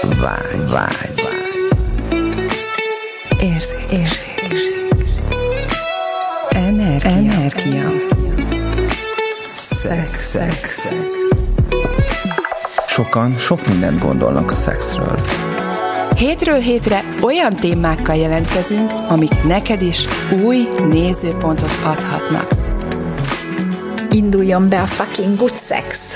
Vágy. Érzék. Energia. Szex. Sokan sok mindent gondolnak a szexről. Hétről hétre olyan témákkal jelentkezünk, amik neked is új nézőpontot adhatnak. Induljon be a fucking good sex!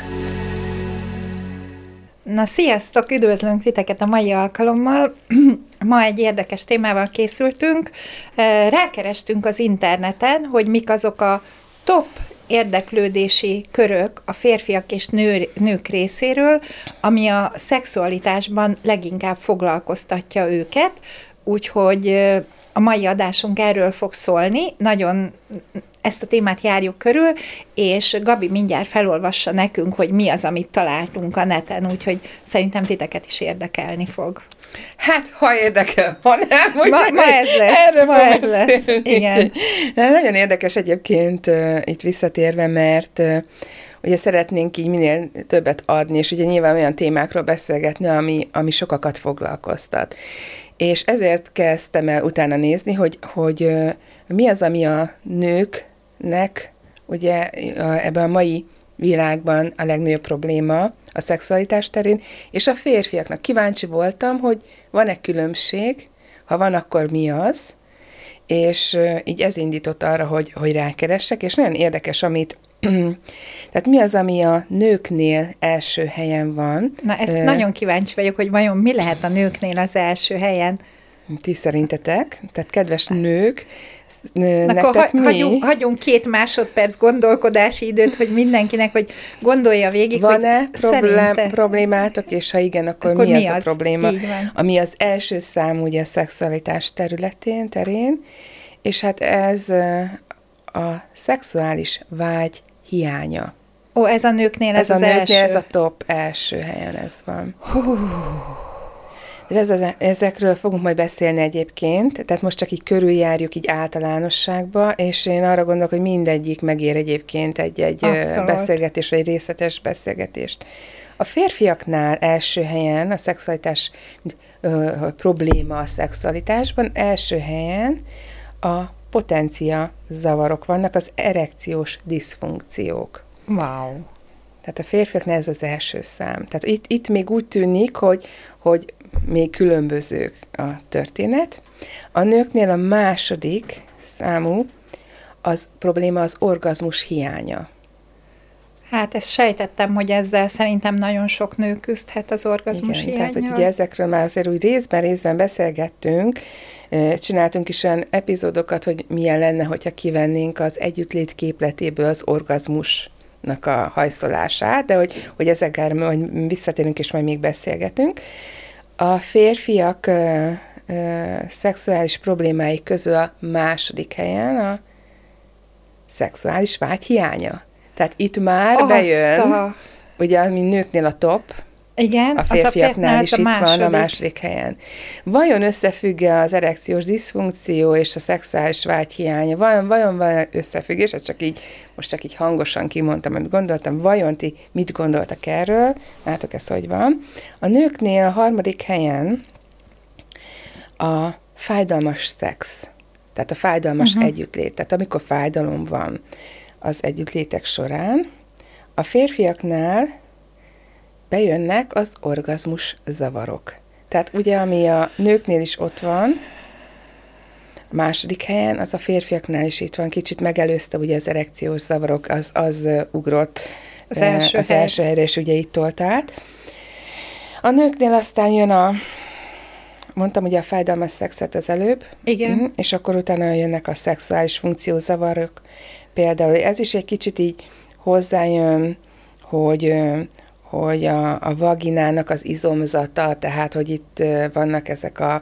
Na, sziasztok! Üdvözlünk titeket a mai alkalommal. Ma egy érdekes témával készültünk. Rákerestünk az interneten, hogy mik azok a top érdeklődési körök a férfiak és nők részéről, ami a szexualitásban leginkább foglalkoztatja őket, úgyhogy a mai adásunk erről fog szólni. Nagyon ezt a témát járjuk körül, és Gabi mindjárt felolvassa nekünk, hogy mi az, amit találtunk a neten, úgyhogy szerintem titeket is érdekelni fog. Hát, ha érdekel, ha nem, hogy ma ez lesz. Igen. De nagyon érdekes egyébként itt visszatérve, mert ugye szeretnénk így minél többet adni, és ugye nyilván olyan témákról beszélgetni, ami sokakat foglalkoztat. És ezért kezdtem el utána nézni, hogy mi az, ami a nőknek ugye ebben a mai világban a legnagyobb probléma a szexualitás terén, és a férfiaknak. Kíváncsi voltam, hogy van-e különbség, ha van, akkor mi az, és így ez indított arra, hogy rákeressek, és nagyon érdekes, amit tehát mi az, ami a nőknél első helyen van. Na, ezt nagyon kíváncsi vagyok, hogy vajon mi lehet a nőknél az első helyen. Ti szerintetek? Tehát kedves nők, akkor hagyjunk 2 másodperc gondolkodási időt, hogy mindenkinek, hogy gondolja végig, van-e hogy problémátok, és ha igen, akkor mi az a probléma, ami az első szám ugye a szexualitás terén, és hát ez a szexuális vágy hiánya. Ó, ez a nőknél ez az első. Ez a top első helyen ez van. Ezekről fogunk majd beszélni egyébként, tehát most csak így körüljárjuk így általánosságba, és én arra gondolok, hogy mindegyik megér egyébként egy beszélgetés, vagy egy részletes beszélgetést. A férfiaknál első helyen a szexualitás probléma a szexualitásban, első helyen a potencia zavarok vannak, az erekciós diszfunkciók. Wow! Tehát a férfiaknál ez az első szám. Tehát itt még úgy tűnik, hogy még különbözők a történet. A nőknél a második számú az probléma az orgazmus hiánya. Hát ezt sejtettem, hogy ezzel szerintem nagyon sok nő küzdhet az orgazmus hiánnyal. Tehát, hogy ugye ezekről már azért úgy részben beszélgettünk, csináltunk is olyan epizódokat, hogy milyen lenne, hogyha kivennénk az együttlét képletéből az orgazmusnak a hajszolását, de hogy ezekkel majd visszatérünk, és majd még beszélgetünk. A férfiak szexuális problémái közül a második helyen a szexuális vágy hiánya. Tehát itt már bejön, ugye, ami nőknél a top, igen, a férfiaknál is itt van a második helyen. Vajon összefügg-e az erekciós diszfunkció és a szexuális vágy hiánya? Vajon van összefüggés? Ez most csak így hangosan kimondtam, amit gondoltam. Vajon ti mit gondoltak erről? Látok ezt, hogy van. A nőknél a harmadik helyen a fájdalmas szex. Tehát a fájdalmas együttlét. Tehát amikor fájdalom van az együttlétek során, a férfiaknál bejönnek az orgazmus zavarok. Tehát ugye, ami a nőknél is ott van, a második helyen, az a férfiaknál is itt van, kicsit megelőzte ugye az erekciós zavarok, az ugrott az első helyre, és ugye itt tolt át. A nőknél aztán jön mondtam ugye a fájdalmas szexet az előbb, igen. És akkor utána jönnek a szexuális funkciózavarok. Például ez is egy kicsit így hozzájön, hogy a vaginának az izomzata, tehát, hogy itt vannak ezek a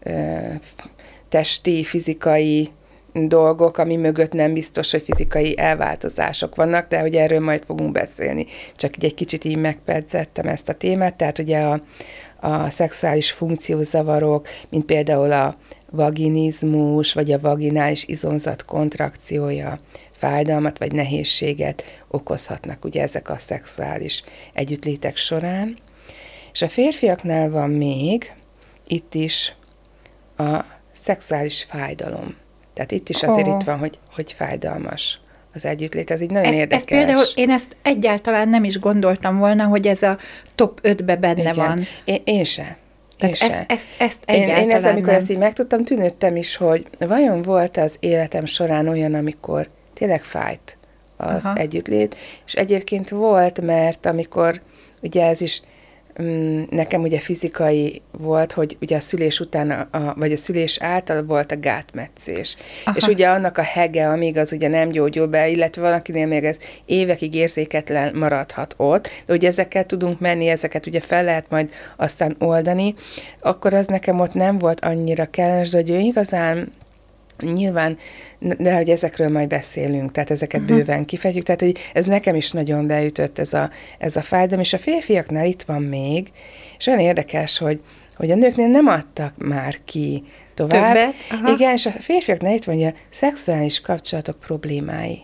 testi, fizikai dolgok, ami mögött nem biztos, hogy fizikai elváltozások vannak, de hogy erről majd fogunk beszélni. Csak egy kicsit így megpedzettem ezt a témát, tehát ugye a szexuális funkciózavarok, mint például a vaginizmus, vagy a vaginális izomzat kontrakciója, fájdalmat vagy nehézséget okozhatnak ugye ezek a szexuális együttlétek során. És a férfiaknál van még itt is a szexuális fájdalom. Tehát itt is azért itt van, hogy fájdalmas az együttlét. Ez így nagyon érdekes. Ez például én ezt egyáltalán nem is gondoltam volna, hogy ez a top 5-be benne igen. van. Én se. Ezt egyáltalán én ezzel, amikor nem. ezt így megtudtam, tűnődtem is, hogy vajon volt az életem során olyan, amikor tényleg fájt az együttlét, és egyébként volt, mert amikor ugye ez is nekem ugye fizikai volt, hogy ugye a szülés után, vagy a szülés által volt a gátmetszés. Aha. És ugye annak a hege, amíg az ugye nem gyógyul be, illetve valakinél még ez évekig érzéketlen maradhat ott, de ugye ezekkel tudunk menni, ezeket ugye fel lehet majd aztán oldani, akkor az nekem ott nem volt annyira kellemes, de hogy ő igazán nyilván, de hogy ezekről majd beszélünk, tehát ezeket bőven kifejtjük, tehát hogy ez nekem is nagyon beütött ez a fájdalom, és a férfiaknál itt van még, és olyan érdekes, hogy a nőknél nem adtak már ki tovább. Többet? Aha. Igen, és a férfiaknál itt van, hogy a szexuális kapcsolatok problémái.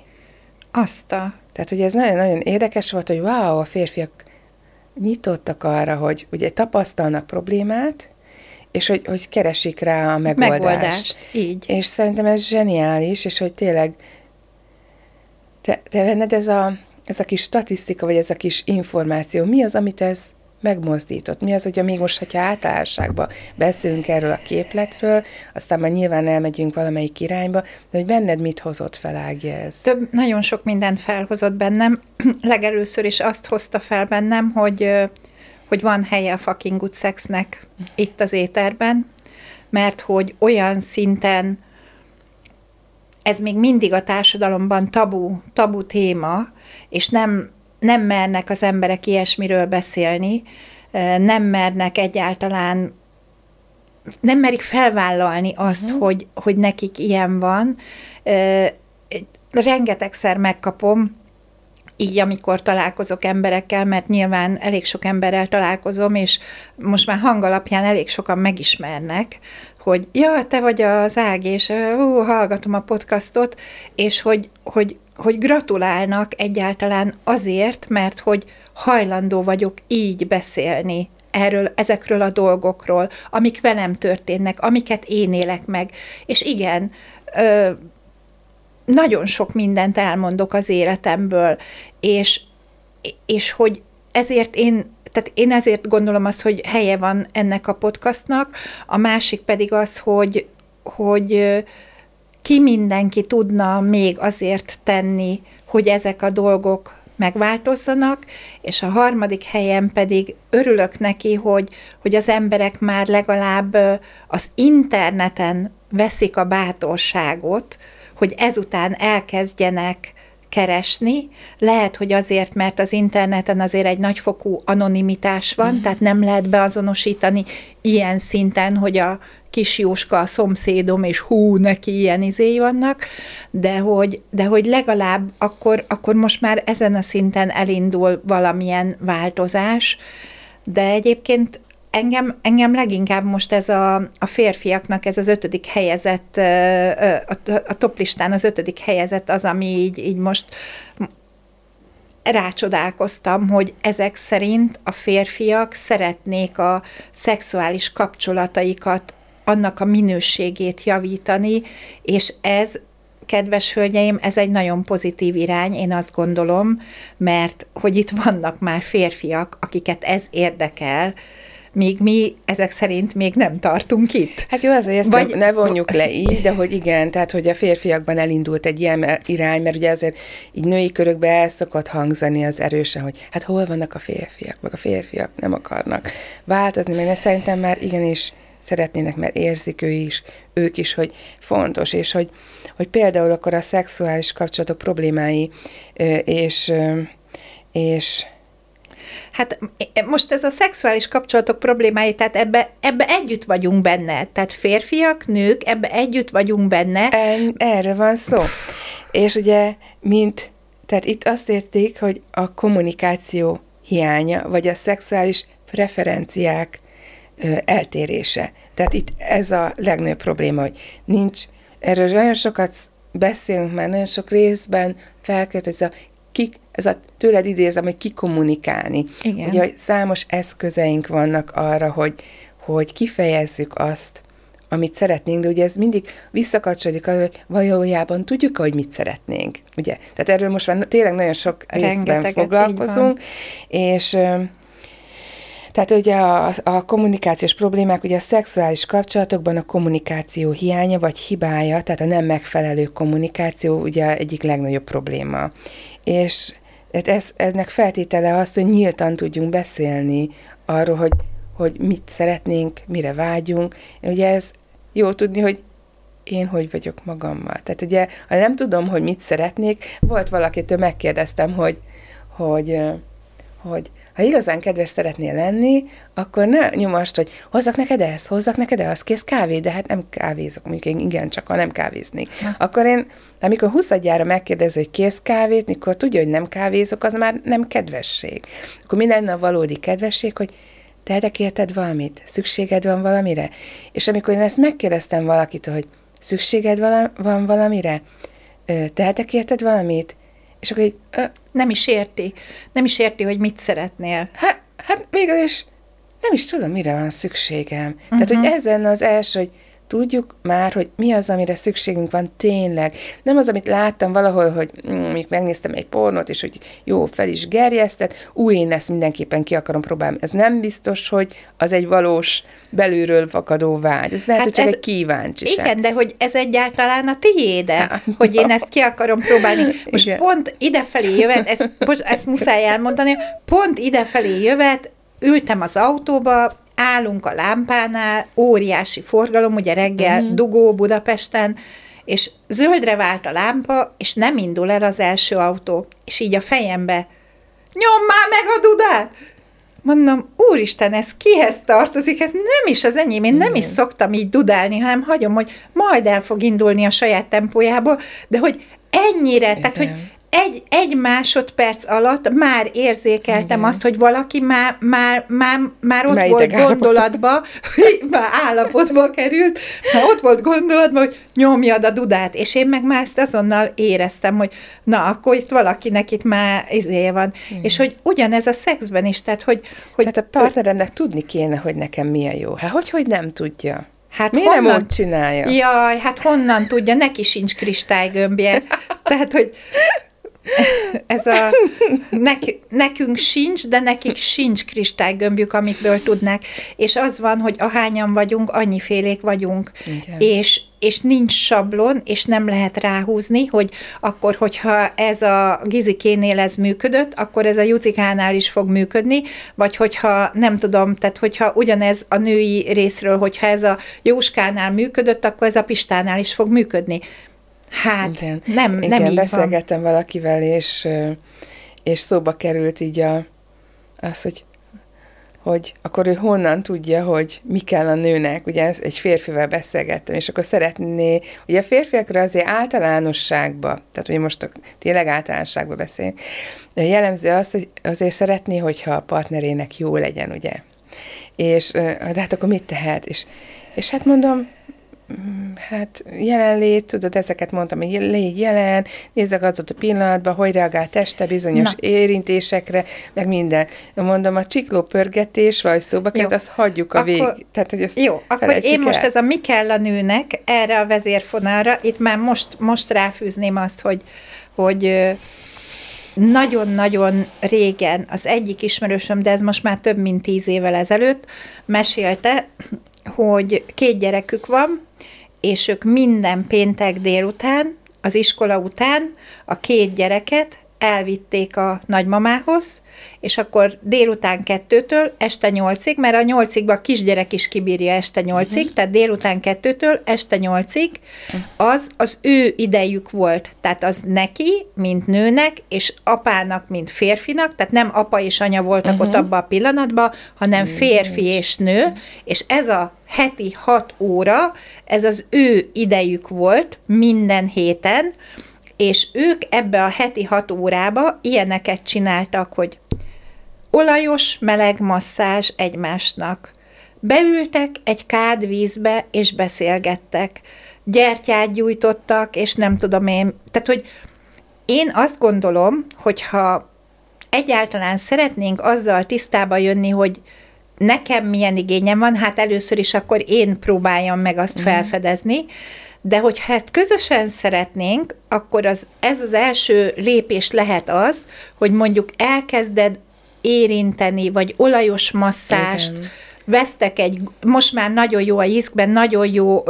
Tehát, hogy ez nagyon-nagyon érdekes volt, hogy wow, a férfiak nyitottak arra, hogy ugye tapasztalnak problémát, és hogy keresik rá a megoldást. Így. És szerintem ez zseniális, és hogy tényleg te venned ez a kis statisztika, vagy ez a kis információ, mi az, amit ez megmozdított? Mi az, hogy még most, hogyha általánosságban beszélünk erről a képletről, aztán már nyilván elmegyünk valamelyik irányba, de hogy benned mit hozott fel, Ági, ez? Nagyon sok mindent felhozott bennem. Legelőször is azt hozta fel bennem, hogy van helye a fucking good sexnek itt az éterben, mert hogy olyan szinten ez még mindig a társadalomban tabu téma, és nem mernek az emberek ilyesmiről beszélni, nem mernek egyáltalán, nem merik felvállalni azt, hogy nekik ilyen van. Rengetegszer megkapom, így amikor találkozok emberekkel, mert nyilván elég sok emberrel találkozom, és most már hangalapján elég sokan megismernek, hogy ja, te vagy az Ági, és hallgatom a podcastot, és hogy gratulálnak egyáltalán azért, mert hogy hajlandó vagyok így beszélni ezekről a dolgokról, amik velem történnek, amiket én élek meg. És igen, nagyon sok mindent elmondok az életemből, és hogy ezért én ezért gondolom azt, hogy helye van ennek a podcastnak, a másik pedig az, hogy ki mindenki tudna még azért tenni, hogy ezek a dolgok megváltozzanak, és a harmadik helyen pedig örülök neki, hogy az emberek már legalább az interneten veszik a bátorságot, hogy ezután elkezdjenek keresni. Lehet, hogy azért, mert az interneten azért egy nagyfokú anonimitás van, tehát nem lehet beazonosítani ilyen szinten, hogy a kis Jóska a szomszédom, és neki ilyen izéi vannak, de hogy legalább akkor most már ezen a szinten elindul valamilyen változás, de egyébként engem leginkább most ez a férfiaknak ez az 5. helyezett, a toplistán az 5. helyezett az, ami így most rácsodálkoztam, hogy ezek szerint a férfiak szeretnék a szexuális kapcsolataikat, annak a minőségét javítani, és ez, kedves hölgyeim, ez egy nagyon pozitív irány, én azt gondolom, mert hogy itt vannak már férfiak, akiket ez érdekel, míg mi ezek szerint még nem tartunk itt. Hát jó, azért ezt ne vonjuk le így, de hogy igen, tehát hogy a férfiakban elindult egy ilyen irány, mert ugye azért így női körökben el szokott hangzani az erősen, hogy hát hol vannak a férfiak, meg a férfiak nem akarnak változni, mert szerintem már igenis szeretnének, mert érzik ők is, hogy fontos, és hogy például akkor a szexuális kapcsolatok problémái, és hát most ez a szexuális kapcsolatok problémái, tehát ebbe együtt vagyunk benne. Tehát férfiak, nők, ebbe együtt vagyunk benne. Erre van szó. És ugye, tehát itt azt érték, hogy a kommunikáció hiánya, vagy a szexuális preferenciák eltérése. Tehát itt ez a legnagyobb probléma, hogy nincs, erről nagyon sokat beszélünk már, nagyon sok részben felkerült, hogy ez a ez a tőled idézem, hogy kikommunikálni. Igen. Ugye, hogy számos eszközeink vannak arra, hogy kifejezzük azt, amit szeretnénk, de ugye ez mindig visszakapcsolódik arra, hogy valójában tudjuk, hogy mit szeretnénk. Ugye? Tehát erről most már tényleg nagyon sok részben foglalkozunk, és tehát ugye a kommunikációs problémák, ugye a szexuális kapcsolatokban a kommunikáció hiánya vagy hibája, tehát a nem megfelelő kommunikáció ugye egyik legnagyobb probléma. És ennek feltétele az, hogy nyíltan tudjunk beszélni arról, hogy mit szeretnénk, mire vágyunk. Ugye ez jó tudni, hogy én hogy vagyok magammal. Tehát ugye, ha nem tudom, hogy mit szeretnék, volt valakitől megkérdeztem, hogy ha igazán kedves szeretnél lenni, akkor ne nyomast, hogy hozzak neked azt, kész kávé, de hát nem kávézok, mondjuk én igen, csak ha nem kávéznék. Akkor én, amikor 20-adjára megkérdező, hogy kész kávét, mikor tudja, hogy nem kávézok, az már nem kedvesség. Akkor mi lenne a valódi kedvesség, hogy tehetek érted valamit? Szükséged van valamire? És amikor én ezt megkérdeztem valakitől, hogy szükséged van valamire? Tehetek érted valamit? És akkor így... Nem is érti, hogy mit szeretnél. Hát végül is nem is tudom, mire van szükségem. Tehát, hogy ez lenne az első, hogy tudjuk már, hogy mi az, amire szükségünk van tényleg. Nem az, amit láttam valahol, hogy még megnéztem egy pornót, és hogy jó, fel is gerjesztett, én ezt mindenképpen ki akarom próbálni. Ez nem biztos, hogy az egy valós, belülről fakadó vágy. Ez lehet, hogy csak egy kíváncsiság. Igen, de hogy ez egyáltalán a tiéde, hogy én ezt ki akarom próbálni. Most igen. Pont idefelé jövet, ezt muszáj elmondani, pont idefelé jövet, ültem az autóba, állunk a lámpánál, óriási forgalom, ugye reggel dugó Budapesten, és zöldre vált a lámpa, és nem indul el az első autó. És így a fejembe, nyom már meg a dudát! Mondom, úristen, ez kihez tartozik? Ez nem is az enyém, én nem is szoktam így dudálni, hanem hagyom, hogy majd el fog indulni a saját tempójából, de hogy ennyire, igen. Tehát, hogy egy másodperc alatt már érzékeltem azt, hogy valaki már ott volt gondolatba, már állapotba került, már ott volt gondolatba, hogy nyomjad a dudát, és én meg már ezt azonnal éreztem, hogy na, akkor itt valakinek itt már izéje van. És hogy ugyanez a szexben is, tehát hogy tehát a partneremnek tudni kéne, hogy nekem milyen jó. Hát hogy nem tudja? Hát miért nem úgy csinálja? Jaj, hát honnan tudja? Neki sincs kristálygömbje. Tehát, hogy nekünk sincs, de nekik sincs kristálygömbjük, amikből tudnák. És az van, hogy ahányan vagyunk, annyifélék vagyunk. És nincs sablon, és nem lehet ráhúzni, hogy akkor, hogyha ez a Gizikénél ez működött, akkor ez a Jucikánál is fog működni, vagy hogyha nem tudom, tehát hogyha ugyanez a női részről, hogyha ez a Jóskánál működött, akkor ez a Pistánál is fog működni. Hát, igen. Nem így beszélgettem valakivel, és szóba került így az, hogy akkor ő honnan tudja, hogy mi kell a nőnek. Ugye egy férfivel beszélgettem, és akkor szeretné, ugye a férfiakra azért általánosságba, tehát ugye most tényleg általánosságba beszélünk, jellemző az, hogy azért szeretné, hogyha a partnerének jó legyen, ugye. És de hát akkor mit tehet? És hát mondom, hát jelenlét, tudod, ezeket mondtam, hogy légy jelen, nézzek azot a pillanatban, hogy reagál teste bizonyos érintésekre, meg minden. Mondom, a csiklópörgetés, vagy szóba került, azt hagyjuk a végig. Tehát, hogy ezt jó, akkor én most ez a mi kell a nőnek, erre a vezérfonalra, itt már most ráfűzném azt, hogy nagyon-nagyon régen az egyik ismerősöm, de ez most már több mint 10 évvel ezelőtt, mesélte, hogy 2 gyerekük van, és ők minden péntek délután, az iskola után a 2 gyereket elvitték a nagymamához, és akkor délután 2-től este 8-ig, mert a 8-ig a kisgyerek is kibírja este 8-ig, tehát délután 2-től este 8-ig, az ő idejük volt. Tehát az neki, mint nőnek, és apának, mint férfinak, tehát nem apa és anya voltak ott abban a pillanatban, hanem férfi és nő, és ez a heti 6 óra, ez az ő idejük volt minden héten, és ők ebbe a heti 6 órába ilyeneket csináltak, hogy olajos, meleg masszázs egymásnak. Beültek egy kád vízbe, és beszélgettek. Gyertyát gyújtottak, és nem tudom én, tehát, hogy Én azt gondolom, hogyha egyáltalán szeretnénk azzal tisztába jönni, hogy nekem milyen igényem van, hát először is akkor én próbáljam meg azt felfedezni, de hogyha ezt közösen szeretnénk, akkor ez az első lépés lehet az, hogy mondjuk elkezded érinteni, vagy olajos masszást, vesztek most már nagyon jó a Jyskben, nagyon jó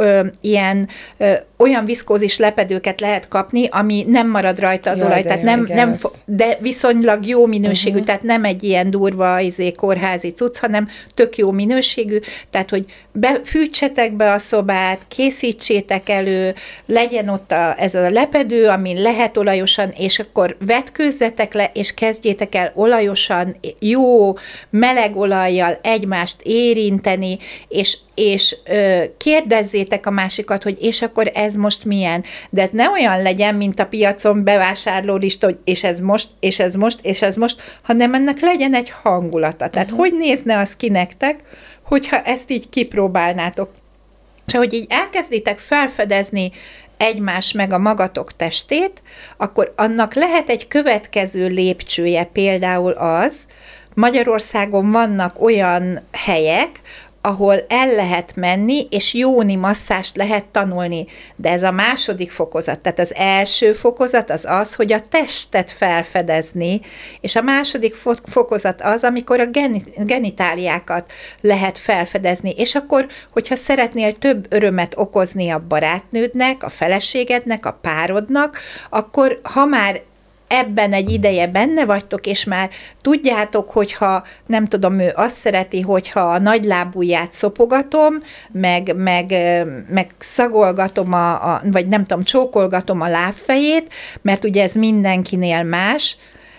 olyan viszkózis lepedőket lehet kapni, ami nem marad rajta az olaj, tehát de viszonylag jó minőségű, tehát nem egy ilyen durva kórházi cucc, hanem tök jó minőségű, tehát hogy fűtsetek be a szobát, készítsétek elő, legyen ott ez a lepedő, amin lehet olajosan, és akkor vetkőzzetek le, és kezdjétek el olajosan, jó meleg olajjal egymást érinteni, és kérdezzétek a másikat, hogy és akkor ez most milyen. De ez ne olyan legyen, mint a piacon bevásárlólista, hogy és ez most, és ez most, és ez most, hanem ennek legyen egy hangulata. Tehát hogy nézne az ki nektek, hogyha ezt így kipróbálnátok. És ahogy így elkezditek felfedezni egymás meg a magatok testét, akkor annak lehet egy következő lépcsője, például az, Magyarországon vannak olyan helyek, ahol el lehet menni, és jóni masszást lehet tanulni. De ez a második fokozat. Tehát az első fokozat az, hogy a testet felfedezni, és a második fokozat az, amikor a genitáliákat lehet felfedezni. És akkor, hogyha szeretnél több örömet okozni a barátnődnek, a feleségednek, a párodnak, akkor ha már ebben egy ideje benne vagytok, és már tudjátok, hogyha, nem tudom, ő azt szereti, hogyha a nagylábúját szopogatom, meg szagolgatom, vagy nem tudom, csókolgatom a lábfejét, mert ugye ez mindenkinél más,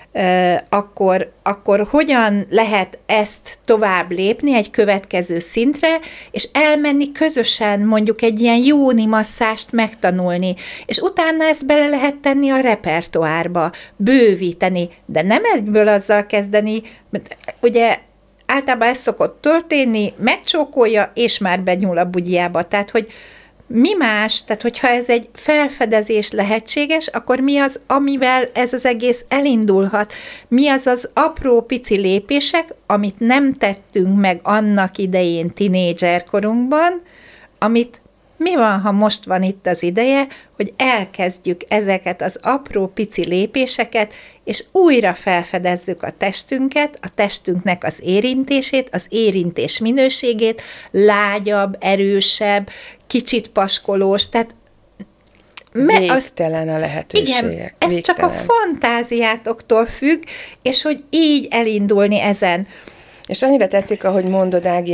akkor hogyan lehet ezt tovább lépni egy következő szintre, és elmenni közösen mondjuk egy ilyen jóni masszást megtanulni, és utána ezt bele lehet tenni a repertoárba, bővíteni, de nem egyből azzal kezdeni, mert ugye általában ez szokott történni, megcsókolja, és már benyúl a bugyjába, tehát hogy mi más, tehát hogyha ez egy felfedezés lehetséges, akkor mi az, amivel ez az egész elindulhat? Mi az apró pici lépések, amit nem tettünk meg annak idején tinédzserkorunkban, amit mi van, ha most van itt az ideje, hogy elkezdjük ezeket az apró pici lépéseket, és újra felfedezzük a testünket, a testünknek az érintését, az érintés minőségét, lágyabb, erősebb, kicsit paskolós, tehát végtelen a lehetőségek. Igen, ez végtelen. Csak a fantáziátoktól függ, és hogy így elindulni ezen. És annyira tetszik, ahogy mondod, Ági,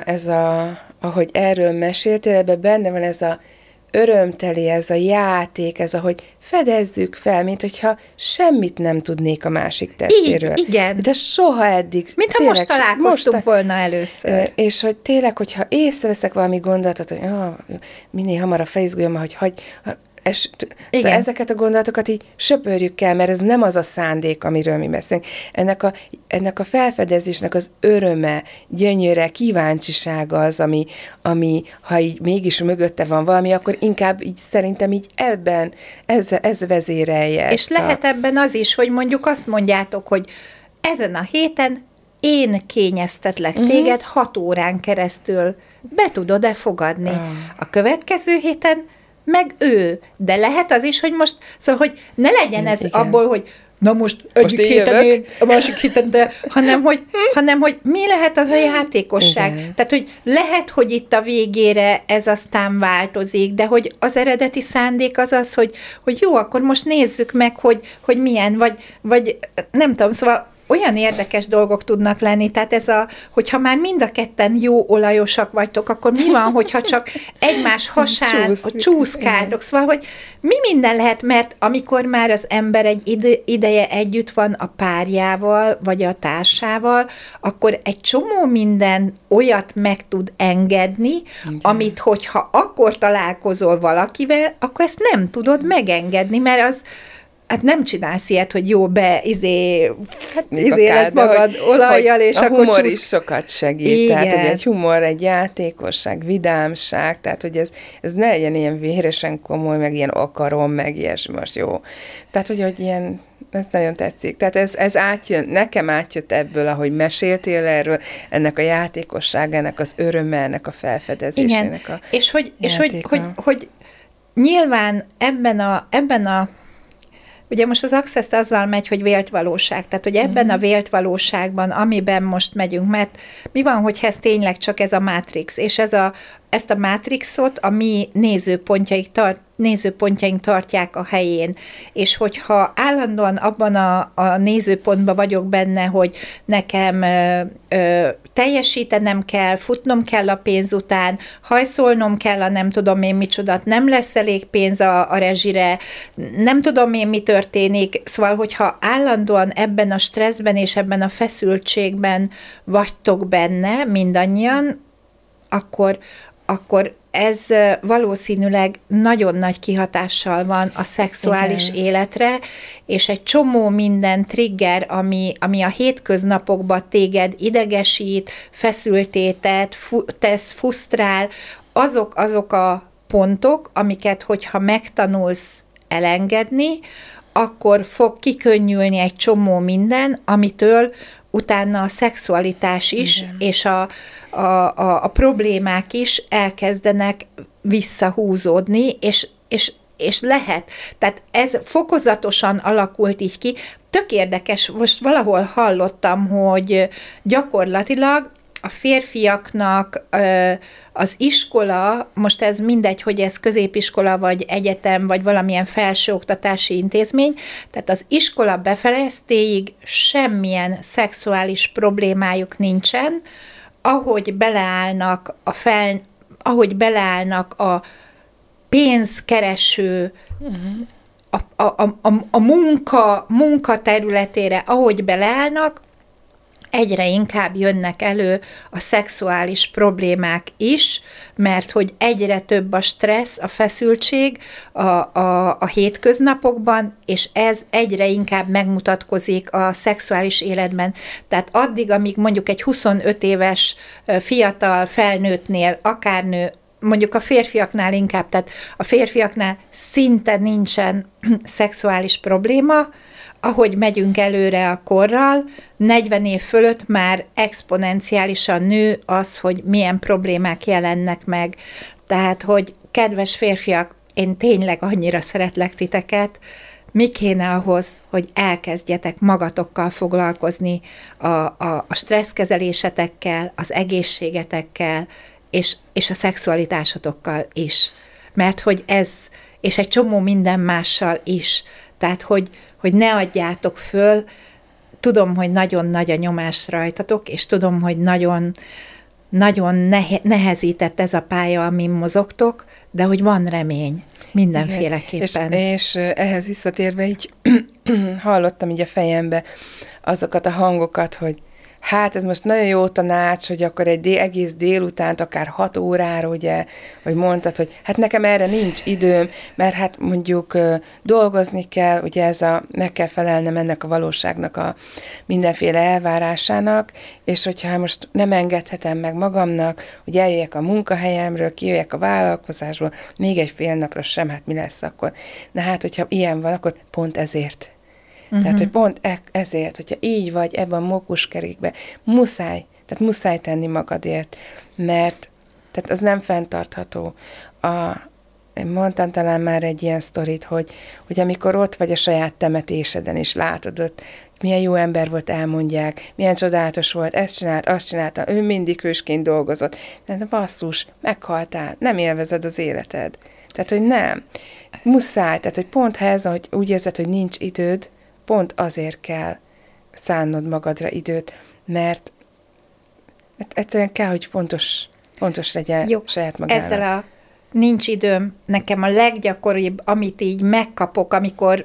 ahogy erről meséltél, ebben benne van ez a örömteli, ez a játék, ez ahogy fedezzük fel, mint hogyha semmit nem tudnék a másik testéről. Így, igen. De soha eddig. Mintha most találkoztunk volna először. És hogy tényleg, hogyha észreveszek valami gondolatot, hogy minél hamarabb felizguljam, hogy szóval ezeket a gondolatokat így söpörjük el, mert ez nem az a szándék, amiről mi beszélünk. Ennek a felfedezésnek az öröme, gyönyöre, kíváncsisága az, ami ha így mégis mögötte van valami, akkor inkább így szerintem így ebben, ez vezérelje. És lehet ebben az is, hogy mondjuk azt mondjátok, hogy ezen a héten én kényeztetlek téged 6 órán keresztül. Be tudod-e fogadni? A következő héten meg ő. De lehet az is, hogy most, szóval, hogy ne legyen ez abból, hogy na most egyik héten én, a másik héten, de, hanem hogy mi lehet az a játékosság. Igen. Tehát, hogy lehet, hogy itt a végére ez aztán változik, de hogy az eredeti szándék az, hogy jó, akkor most nézzük meg, hogy milyen, vagy nem tudom, szóval olyan érdekes dolgok tudnak lenni, tehát hogyha már mind a ketten jó olajosak vagytok, akkor mi van, hogyha csak egymás hasán csúszkáltok, szóval, hogy mi minden lehet, mert amikor már az ember egy ideje együtt van a párjával, vagy a társával, akkor egy csomó minden olyat meg tud engedni, amit hogyha akkor találkozol valakivel, akkor ezt nem tudod megengedni, mert hát nem csinálsz ilyet, hogy jó, izéled magad olajjal, és a akkor humor is sokat segít. Igen. Tehát, hogy egy humor, egy játékosság, vidámság, tehát, hogy ez ne legyen ilyen véresen komoly, meg ilyen akarom, meg ilyesmi, most jó. Tehát, hogy ilyen, ez nagyon tetszik. Tehát ez átjön, nekem átjött ebből, ahogy meséltél erről, ennek a játékosság, ennek az öröme, ennek a felfedezésének a és hogy nyilván ebben a ugye most az Access azzal megy, hogy vélt valóság, tehát hogy ebben a vélt valóságban, amiben most megyünk, mert mi van, hogyha ez tényleg csak ez a Matrix, és ezt a Matrixot a mi nézőpontjaink tartják a helyén, és hogyha állandóan abban a nézőpontban vagyok benne, hogy nekem teljesítenem kell, futnom kell a pénz után, hajszolnom kell a nem tudom én micsodat, nem lesz elég pénz a rezsire, nem tudom én mi történik, szóval hogyha állandóan ebben a stresszben és ebben a feszültségben vagytok benne mindannyian, akkor ez valószínűleg nagyon nagy kihatással van a szexuális életre, és egy csomó minden trigger, ami a hétköznapokban téged idegesít, feszültté tesz, frusztrál, azok a pontok, amiket, hogyha megtanulsz elengedni, akkor fog kikönnyülni egy csomó minden, amitől utána a szexualitás is, igen, és a problémák is elkezdenek visszahúzódni, és lehet. Tehát ez fokozatosan alakult így ki. Tök érdekes, most valahol hallottam, hogy gyakorlatilag a férfiaknak az iskola, most ez mindegy, hogy ez középiskola, vagy egyetem, vagy valamilyen felsőoktatási intézmény, tehát az iskola befejeztéig semmilyen szexuális problémájuk nincsen, ahogy beleállnak a pénzkereső, a munka területére, ahogy beleállnak, egyre inkább jönnek elő a szexuális problémák is, mert hogy egyre több a stressz, a feszültség a hétköznapokban, és ez egyre inkább megmutatkozik a szexuális életben. Tehát addig, amíg mondjuk egy 25 éves fiatal felnőttnél, akár nő, mondjuk a férfiaknál inkább, tehát a férfiaknál szinte nincsen szexuális probléma, ahogy megyünk előre a korral, 40 év fölött már exponenciálisan nő az, hogy milyen problémák jelennek meg. Tehát, hogy kedves férfiak, én tényleg annyira szeretlek titeket, mi kéne ahhoz, hogy elkezdjetek magatokkal foglalkozni, a stresszkezelésetekkel, az egészségetekkel, és a szexualitásotokkal is. Mert hogy ez, és egy csomó minden mással is. Tehát, hogy ne adjátok föl, tudom, hogy nagyon nagy a nyomás rajtatok, és tudom, hogy nagyon, nagyon nehezített ez a pálya, amin mozogtok, de hogy van remény mindenféleképpen. És ehhez visszatérve így hallottam így a fejembe azokat a hangokat, hogy hát ez most nagyon jó tanács, hogy akkor egy egész délutánt, akár 6 órára, ugye, hogy mondtad, hogy hát nekem erre nincs időm, mert hát mondjuk dolgozni kell, ugye meg kell felelnem ennek a valóságnak a mindenféle elvárásának, és hogyha most nem engedhetem meg magamnak, hogy eljöjjek a munkahelyemről, kijöjjek a vállalkozásból, még egy fél napra sem, hát mi lesz akkor? Na hát, hogyha ilyen van, akkor pont ezért. Tehát, hogy pont ezért, hogyha így vagy ebben a mókuskerékben, muszáj tenni magadért, mert tehát az nem fenntartható. Én mondtam talán már egy ilyen sztorit, hogy amikor ott vagy a saját temetéseden, és látod ott, milyen jó ember volt, elmondják, milyen csodálatos volt, ezt csinált, azt csinálta, ő mindig hősként dolgozott. De basszus, meghaltál, nem élvezed az életed. Tehát, hogy nem. Muszáj, tehát, hogy pont ha ez, hogy úgy érzed, hogy nincs időd, pont azért kell szánnod magadra időt, mert egyszerűen kell, hogy fontos legyen jó, saját magának. Ezzel a nincs időm, nekem a leggyakoribb, amit így megkapok, amikor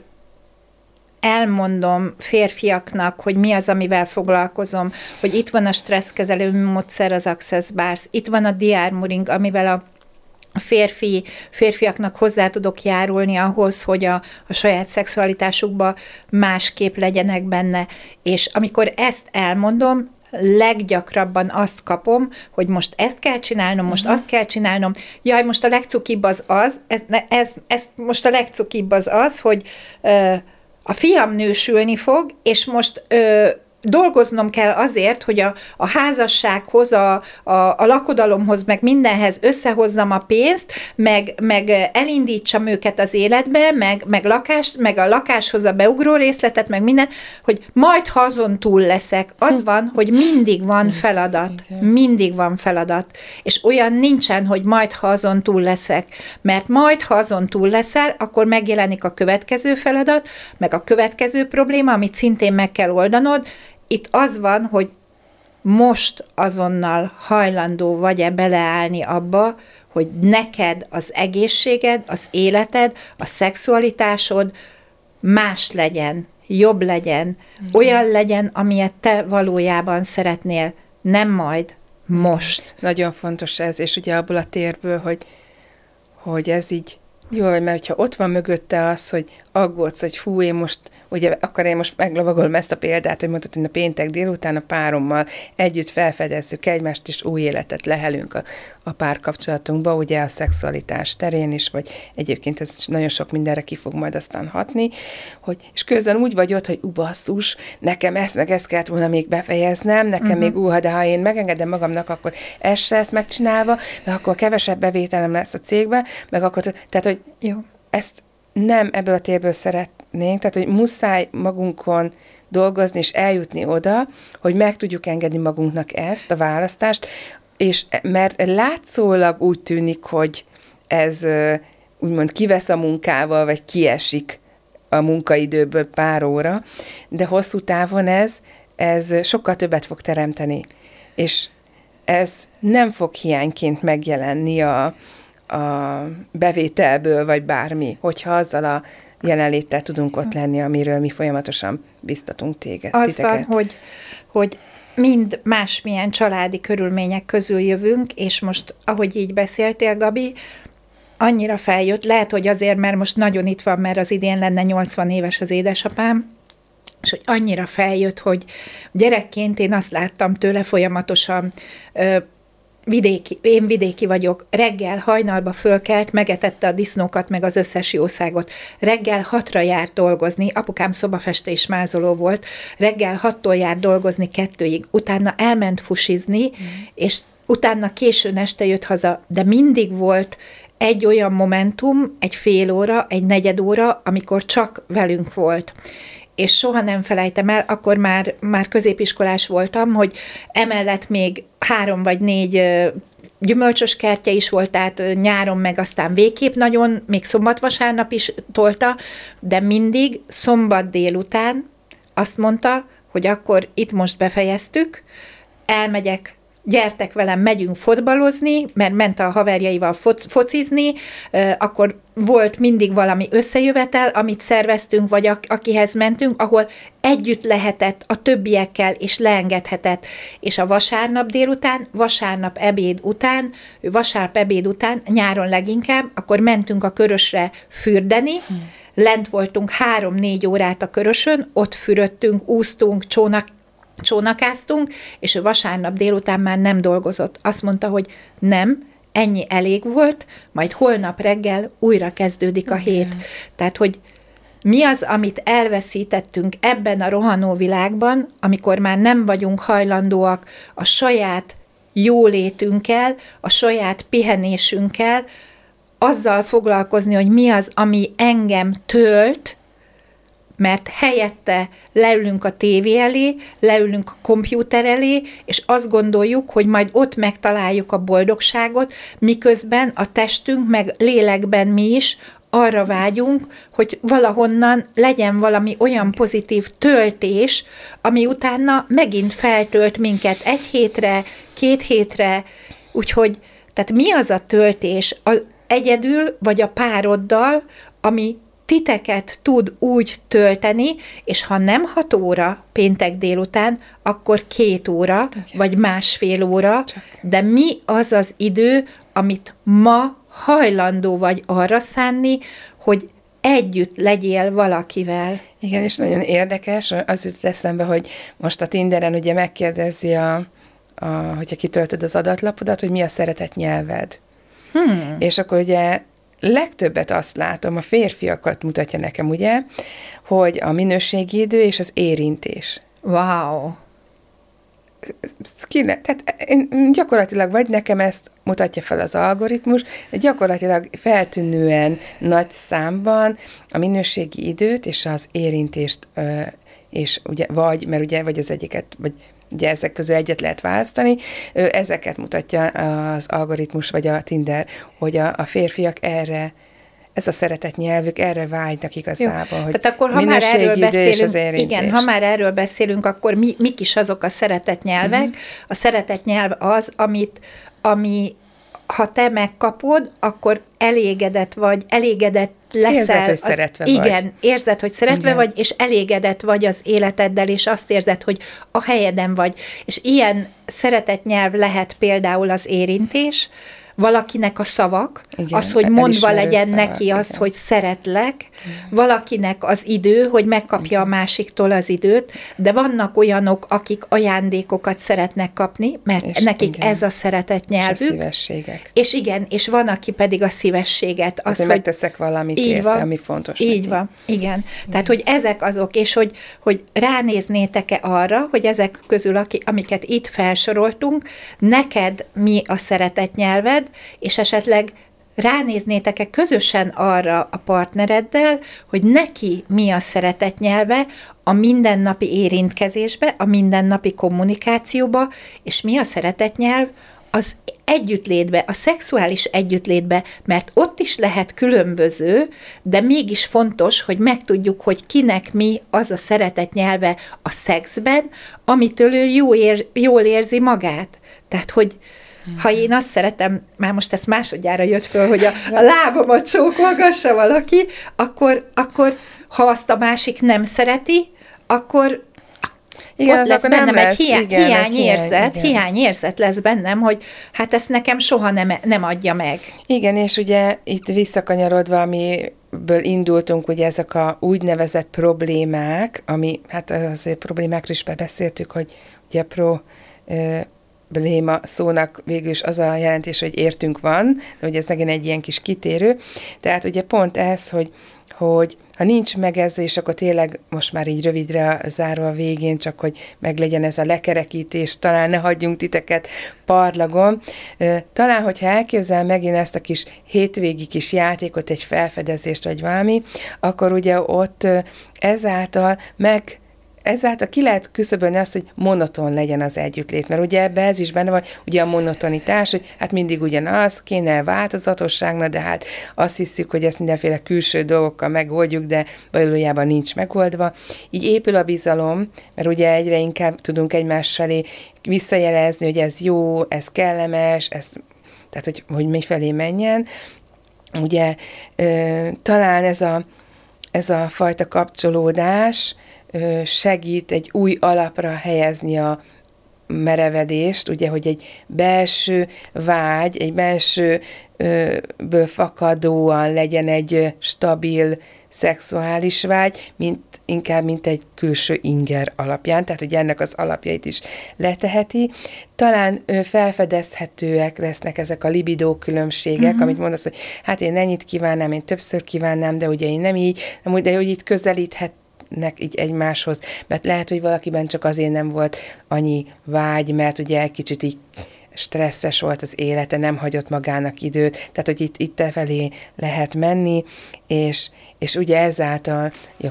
elmondom férfiaknak, hogy mi az, amivel foglalkozom, hogy itt van a stresszkezelő módszer, az Access Bars, itt van a de-armoring, amivel férfiaknak hozzá tudok járulni ahhoz, hogy a saját szexualitásukban másképp legyenek benne. És amikor ezt elmondom, leggyakrabban azt kapom, hogy most ezt kell csinálnom, most azt kell csinálnom. Jaj, most a legcukibb ez most a legcukibb az, hogy a fiam nősülni fog, és most dolgoznom kell azért, hogy a házassághoz, a lakodalomhoz, meg mindenhez összehozzam a pénzt, meg elindítsam őket az életbe, meg a lakáshoz a beugró részletet, meg minden, hogy majd ha azon túl leszek. Az van, hogy mindig van feladat. Mindig van feladat. És olyan nincsen, hogy majd ha azon túl leszek. Mert majd ha azon túl leszel, akkor megjelenik a következő feladat, meg a következő probléma, amit szintén meg kell oldanod. Itt az van, hogy most azonnal hajlandó vagy-e beleállni abba, hogy neked az egészséged, az életed, a szexualitásod más legyen, jobb legyen, olyan legyen, amilyet te valójában szeretnél, nem majd, most. Nagyon fontos ez, és ugye abból a térből, hogy ez így jó, mert ha ott van mögötte az, hogy aggódsz, hogy hú, ugye akkor én most meglovagolom ezt a példát, hogy mondtad, hogy a péntek délután a párommal együtt felfedezzük egymást, és új életet lehelünk a párkapcsolatunkba, ugye a szexualitás terén is, vagy egyébként ez nagyon sok mindenre ki fog majd aztán hatni, és közben úgy vagy ott, hogy basszus, nekem ezt kellett volna még befejeznem, nekem még de ha én megengedem magamnak, akkor ez se lesz megcsinálva, meg akkor kevesebb bevételem lesz a cégbe, meg akkor, tehát, hogy jó. Ezt nem ebből a térből szeretnénk, tehát, hogy muszáj magunkon dolgozni és eljutni oda, hogy meg tudjuk engedni magunknak ezt, a választást, és mert látszólag úgy tűnik, hogy ez úgymond kivesz a munkával, vagy kiesik a munkaidőből pár óra, de hosszú távon ez sokkal többet fog teremteni, és ez nem fog hiányként megjelenni a bevételből, vagy bármi, hogyha azzal a jelenléttel tudunk ott lenni, amiről mi folyamatosan biztatunk titeket. Az van, hogy mind másmilyen családi körülmények közül jövünk, és most, ahogy így beszéltél, Gabi, annyira feljött, lehet, hogy azért, mert most nagyon itt van, mert az idén lenne 80 éves az édesapám, és hogy annyira feljött, hogy gyerekként én azt láttam tőle folyamatosan, én vidéki vagyok, reggel hajnalba fölkelt, megetette a disznókat, meg az összes jószágot. Reggel 6-ra járt dolgozni, apukám szobafestő és mázoló volt, reggel 6-tól járt dolgozni 2-ig, utána elment fusizni, és utána későn este jött haza, de mindig volt egy olyan momentum, egy fél óra, egy negyed óra, amikor csak velünk volt. És soha nem felejtem el, akkor már középiskolás voltam, hogy emellett még 3 vagy 4 gyümölcsös kertje is volt, tehát nyáron meg aztán végképp nagyon, még szombat-vasárnap is tolta, de mindig szombat délután azt mondta, hogy akkor itt most befejeztük, elmegyek, gyertek velem, megyünk fotbalozni, mert ment a haverjaival focizni, akkor volt mindig valami összejövetel, amit szerveztünk, vagy akihez mentünk, ahol együtt lehetett a többiekkel, és leengedhetett. És a vasárnap délután, vasárnap ebéd után, nyáron leginkább, akkor mentünk a Körösre fürdeni, lent voltunk 3-4 órát a Körösön, ott fürödtünk, úsztunk, csónakáztunk, és ő vasárnap délután már nem dolgozott. Azt mondta, hogy nem, ennyi elég volt, majd holnap reggel újra kezdődik a hét. Tehát, hogy mi az, amit elveszítettünk ebben a rohanó világban, amikor már nem vagyunk hajlandóak a saját jólétünkkel, a saját pihenésünkkel, azzal foglalkozni, hogy mi az, ami engem tölt, mert helyette leülünk a tévé elé, leülünk a kompjúter elé, és azt gondoljuk, hogy majd ott megtaláljuk a boldogságot, miközben a testünk, meg lélekben mi is arra vágyunk, hogy valahonnan legyen valami olyan pozitív töltés, ami utána megint feltölt minket 1 hétre, 2 hétre, úgyhogy tehát mi az a töltés egyedül, vagy a pároddal, ami titeket tud úgy tölteni, és ha nem 6 óra péntek délután, akkor 2 óra, vagy 1,5 óra, de mi az az idő, amit ma hajlandó vagy arra szánni, hogy együtt legyél valakivel. Igen, és nagyon érdekes, az jut eszembe, hogy most a Tinderen ugye megkérdezi, hogyha kitöltöd az adaట్లాpodat, hogy mi a szeretett nyelved. És akkor ugye legtöbbet azt látom, a férfiakat mutatja nekem, ugye, hogy a minőségi idő és az érintés. Wow! Tehát gyakorlatilag vagy nekem ezt mutatja fel az algoritmus, de gyakorlatilag feltűnően nagy számban a minőségi időt és az érintést, és ugye vagy az egyiket, vagy ugye ezek közül egyet lehet választani, ezeket mutatja az algoritmus, vagy a Tinder, hogy a férfiak erre, ez a szeretett nyelvük, erre vágynak igazából, hogy tehát akkor, ha már erről beszélünk, ha már erről beszélünk, akkor mik is azok a szeretett nyelvek? A szeretett nyelv az, ami ha te megkapod, akkor elégedett leszel. Érzed, hogy szeretve vagy. Igen, érzed, hogy szeretve vagy, és elégedett vagy az életeddel, és azt érzed, hogy a helyeden vagy. És ilyen szeretett nyelv lehet például az érintés, valakinek a szavak, igen, az, hogy mondva legyen szavak, neki azt, igen, hogy szeretlek, valakinek az idő, hogy megkapja a másiktól az időt, de vannak olyanok, akik ajándékokat szeretnek kapni, mert és nekik igen, ez a szeretett nyelvük. És a szívességek. És igen, és van, aki pedig a szívességet. Az, hogy megteszek valamit érte, ami fontos így neki. Van, igen. Tehát, hogy ezek azok, és hogy ránéznétek-e arra, hogy ezek közül, amiket itt felsoroltunk, neked mi a szeretett nyelved, és esetleg ránéznétek-e közösen arra a partnereddel, hogy neki mi a szeretett nyelve a mindennapi érintkezésbe, a mindennapi kommunikációba, és mi a szeretett nyelv az együttlétbe, a szexuális együttlétbe, mert ott is lehet különböző, de mégis fontos, hogy megtudjuk, hogy kinek mi az a szeretett nyelve a szexben, amitől ő jól érzi magát. Tehát, hogy ha én azt szeretem, már most ez másodjára jött föl, hogy a lábamat csókolgassa valaki, akkor ha azt a másik nem szereti, akkor igen, ott lesz bennem egy hiányérzet lesz bennem, hogy hát ezt nekem soha nem adja meg. Igen, és ugye itt visszakanyarodva, amiből indultunk, ugye ezek a úgynevezett problémák, ami, hát azért problémákról is beszéltük, hogy ugye probléma szónak végül is az a jelentés, hogy értünk van, de ugye ez megint egy ilyen kis kitérő. Tehát ugye pont ez, hogy ha nincs meg ez, és akkor tényleg most már így rövidre zárva a végén, csak hogy meglegyen ez a lekerekítés, talán ne hagyjunk titeket parlagon. Talán, hogyha elképzel megint ezt a kis hétvégi kis játékot, egy felfedezést vagy valami, akkor ugye ott ezáltal ki lehet küszöbölni azt, hogy monoton legyen az együttlét, mert ugye ebbe ez is benne van, ugye a monotonitás, hogy hát mindig ugyanaz, kéne változatosságnak, de hát azt hiszük, hogy ezt mindenféle külső dolgokkal megoldjuk, de valójában nincs megoldva. Így épül a bizalom, mert ugye egyre inkább tudunk egymás felé visszajelezni, hogy ez jó, ez kellemes, tehát hogy mifelé menjen. Ugye talán ez a fajta kapcsolódás segít egy új alapra helyezni a merevedést, ugye, hogy egy belső vágy, egy belsőből fakadóan legyen egy stabil szexuális vágy, inkább mint egy külső inger alapján, tehát hogy ennek az alapjait is leteheti. Talán felfedezhetőek lesznek ezek a libidó különbségek, amit mondasz, hogy hát én ennyit kívánnám, én többször kívánnám, de ugye én nem így, de hogy itt közelíthetnek így egymáshoz, mert lehet, hogy valakiben csak azért nem volt annyi vágy, mert ugye egy kicsit így stresszes volt az élete, nem hagyott magának időt, tehát hogy itt felé lehet menni, és ugye ezáltal a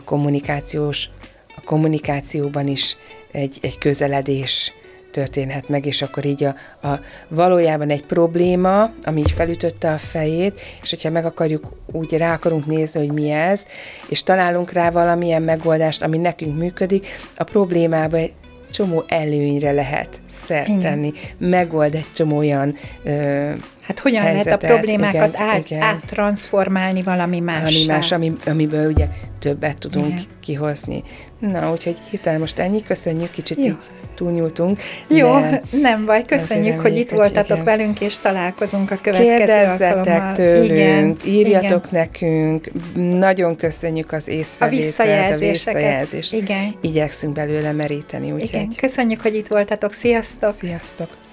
kommunikációban is egy közeledés történhet meg, és akkor így valójában egy probléma, ami így felütötte a fejét, és hogyha meg akarjuk, úgy rá akarunk nézni, hogy mi ez, és találunk rá valamilyen megoldást, ami nekünk működik, a problémába egy csomó előnyre lehet szert tenni, megold egy csomó olyan Hát hogyan helyzetet, lehet a problémákat igen. áttranszformálni valami mássá. Amiből ugye többet tudunk Igen. kihozni. Na, úgyhogy hirtelen most ennyi, köszönjük, kicsit Jó. így túlnyúltunk. Jó, nem baj, köszönjük, hogy itt voltatok igen. velünk, és találkozunk a következő alkalommal. Kérdezzetek tőlünk, igen, írjatok igen. nekünk, nagyon köszönjük az észrevételt, a visszajelzést. Igen. Igyekszünk belőle meríteni, úgyhogy Igen, köszönjük, hogy itt voltatok, sziasztok! sziasztok!